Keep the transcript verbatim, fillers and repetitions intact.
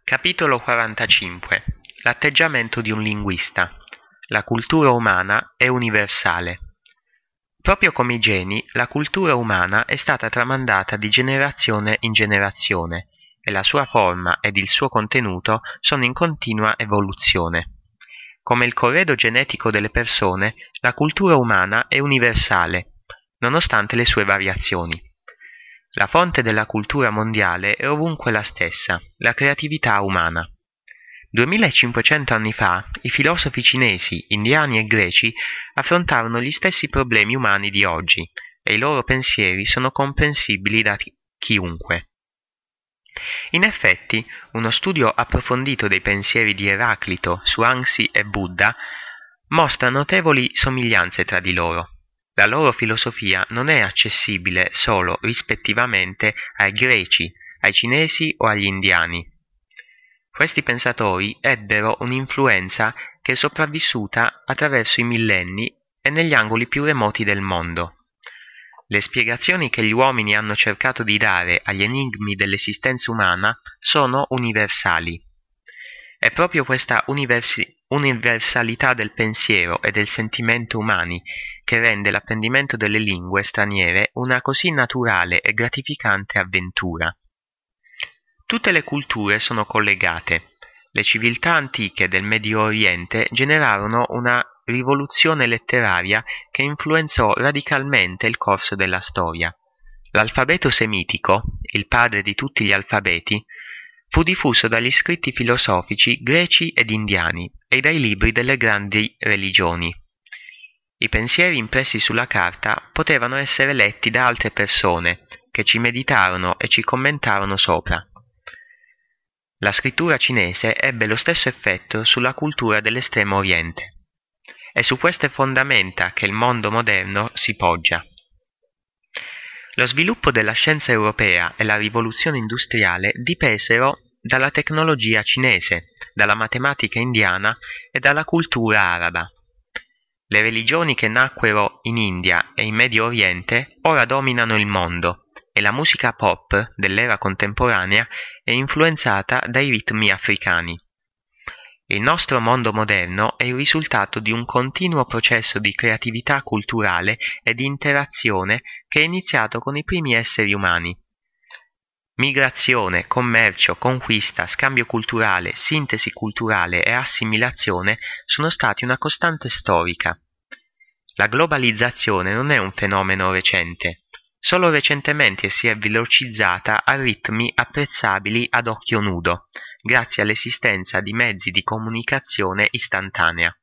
Capitolo quarantacinque. L'atteggiamento di un linguista. La cultura umana è universale. Proprio come i geni, la cultura umana è stata tramandata di generazione in generazione e la sua forma ed il suo contenuto sono in continua evoluzione. Come il corredo genetico delle persone, la cultura umana è universale, nonostante le sue variazioni. La fonte della cultura mondiale è ovunque la stessa, la creatività umana. duemilacinquecento anni fa, i filosofi cinesi, indiani e greci affrontarono gli stessi problemi umani di oggi e i loro pensieri sono comprensibili da chiunque. In effetti, uno studio approfondito dei pensieri di Eraclito, Zhuangzi e Buddha mostra notevoli somiglianze tra di loro. La loro filosofia non è accessibile solo rispettivamente ai greci, ai cinesi o agli indiani. Questi pensatori ebbero un'influenza che è sopravvissuta attraverso i millenni e negli angoli più remoti del mondo. Le spiegazioni che gli uomini hanno cercato di dare agli enigmi dell'esistenza umana sono universali. È proprio questa universi- universalità del pensiero e del sentimento umani che rende l'apprendimento delle lingue straniere una così naturale e gratificante avventura. Tutte le culture sono collegate. Le civiltà antiche del Medio Oriente generarono una rivoluzione letteraria che influenzò radicalmente il corso della storia. L'alfabeto semitico, il padre di tutti gli alfabeti, fu diffuso dagli scritti filosofici greci ed indiani e dai libri delle grandi religioni. I pensieri impressi sulla carta potevano essere letti da altre persone che ci meditarono e ci commentarono sopra. La scrittura cinese ebbe lo stesso effetto sulla cultura dell'Estremo Oriente. È su queste fondamenta che il mondo moderno si poggia. Lo sviluppo della scienza europea e la rivoluzione industriale dipesero dalla tecnologia cinese, dalla matematica indiana e dalla cultura araba. Le religioni che nacquero in India e in Medio Oriente ora dominano il mondo e la musica pop dell'era contemporanea è influenzata dai ritmi africani. Il nostro mondo moderno è il risultato di un continuo processo di creatività culturale e di interazione che è iniziato con i primi esseri umani. Migrazione, commercio, conquista, scambio culturale, sintesi culturale e assimilazione sono stati una costante storica. La globalizzazione non è un fenomeno recente. Solo recentemente si è velocizzata a ritmi apprezzabili ad occhio nudo, grazie all'esistenza di mezzi di comunicazione istantanea.